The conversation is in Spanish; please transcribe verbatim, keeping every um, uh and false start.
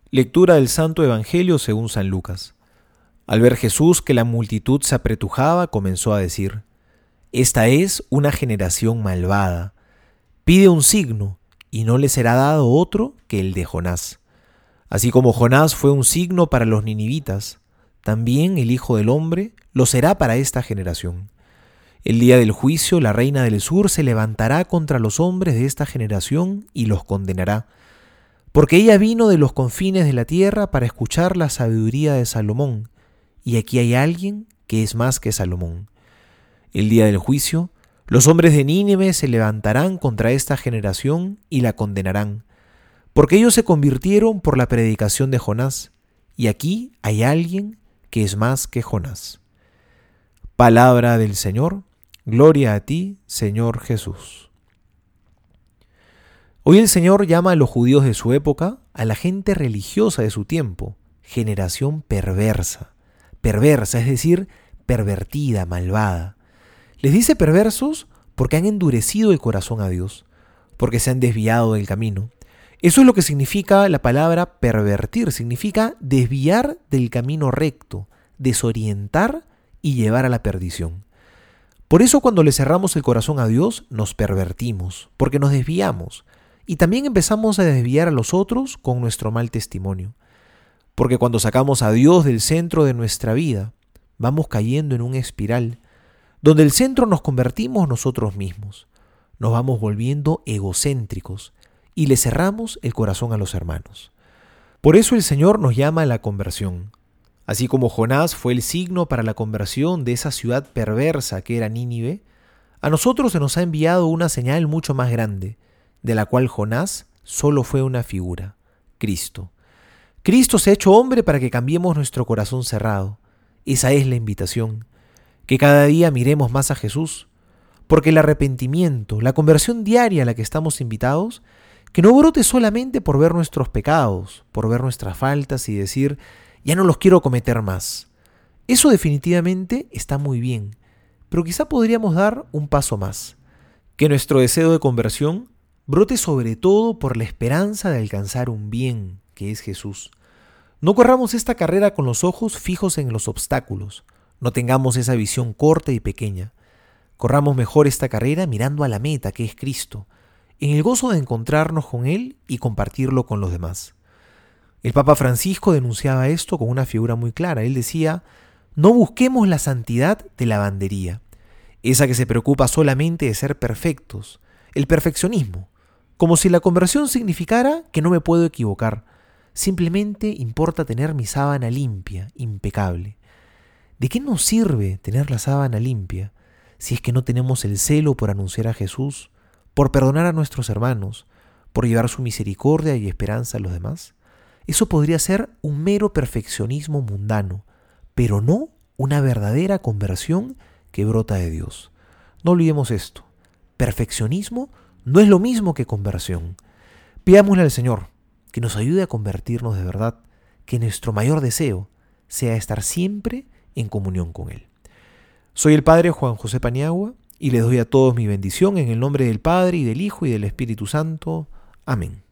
Lectura del Santo Evangelio según San Lucas. Al ver Jesús que la multitud se apretujaba, comenzó a decir: Esta es una generación malvada. Pide un signo, y no le será dado otro que el de Jonás. Así como Jonás fue un signo para los ninivitas, también el Hijo del Hombre lo será para esta generación. El día del juicio, la reina del sur se levantará contra los hombres de esta generación y los condenará, porque ella vino de los confines de la tierra para escuchar la sabiduría de Salomón, y aquí hay alguien que es más que Salomón. El día del juicio, los hombres de Nínive se levantarán contra esta generación y la condenarán, porque ellos se convirtieron por la predicación de Jonás, y aquí hay alguien que es más que Jonás. Palabra del Señor. Gloria a ti, Señor Jesús. Hoy el Señor llama a los judíos de su época, a la gente religiosa de su tiempo, generación perversa. Perversa, es decir, pervertida, malvada. Les dice perversos porque han endurecido el corazón a Dios, porque se han desviado del camino. Eso es lo que significa la palabra pervertir, significa desviar del camino recto, desorientar y llevar a la perdición. Por eso cuando le cerramos el corazón a Dios, nos pervertimos, porque nos desviamos. Y también empezamos a desviar a los otros con nuestro mal testimonio. Porque cuando sacamos a Dios del centro de nuestra vida, vamos cayendo en una espiral, donde el centro nos convertimos nosotros mismos. Nos vamos volviendo egocéntricos y le cerramos el corazón a los hermanos. Por eso el Señor nos llama a la conversión. Así como Jonás fue el signo para la conversión de esa ciudad perversa que era Nínive, a nosotros se nos ha enviado una señal mucho más grande, de la cual Jonás solo fue una figura: Cristo. Cristo se ha hecho hombre para que cambiemos nuestro corazón cerrado. Esa es la invitación, que cada día miremos más a Jesús, porque el arrepentimiento, la conversión diaria a la que estamos invitados, que no brote solamente por ver nuestros pecados, por ver nuestras faltas y decir: ya no los quiero cometer más. Eso definitivamente está muy bien, pero quizá podríamos dar un paso más. Que nuestro deseo de conversión brote sobre todo por la esperanza de alcanzar un bien, que es Jesús. No corramos esta carrera con los ojos fijos en los obstáculos. No tengamos esa visión corta y pequeña. Corramos mejor esta carrera mirando a la meta, que es Cristo, en el gozo de encontrarnos con Él y compartirlo con los demás. El Papa Francisco denunciaba esto con una figura muy clara. Él decía: no busquemos la santidad de lavandería, esa que se preocupa solamente de ser perfectos, el perfeccionismo, como si la conversión significara que no me puedo equivocar. Simplemente importa tener mi sábana limpia, impecable. ¿De qué nos sirve tener la sábana limpia si es que no tenemos el celo por anunciar a Jesús, por perdonar a nuestros hermanos, por llevar su misericordia y esperanza a los demás? Eso podría ser un mero perfeccionismo mundano, pero no una verdadera conversión que brota de Dios. No olvidemos esto: perfeccionismo no es lo mismo que conversión. Pidámosle al Señor que nos ayude a convertirnos de verdad, que nuestro mayor deseo sea estar siempre en comunión con Él. Soy el Padre Juan José Paniagua y les doy a todos mi bendición en el nombre del Padre y del Hijo y del Espíritu Santo. Amén.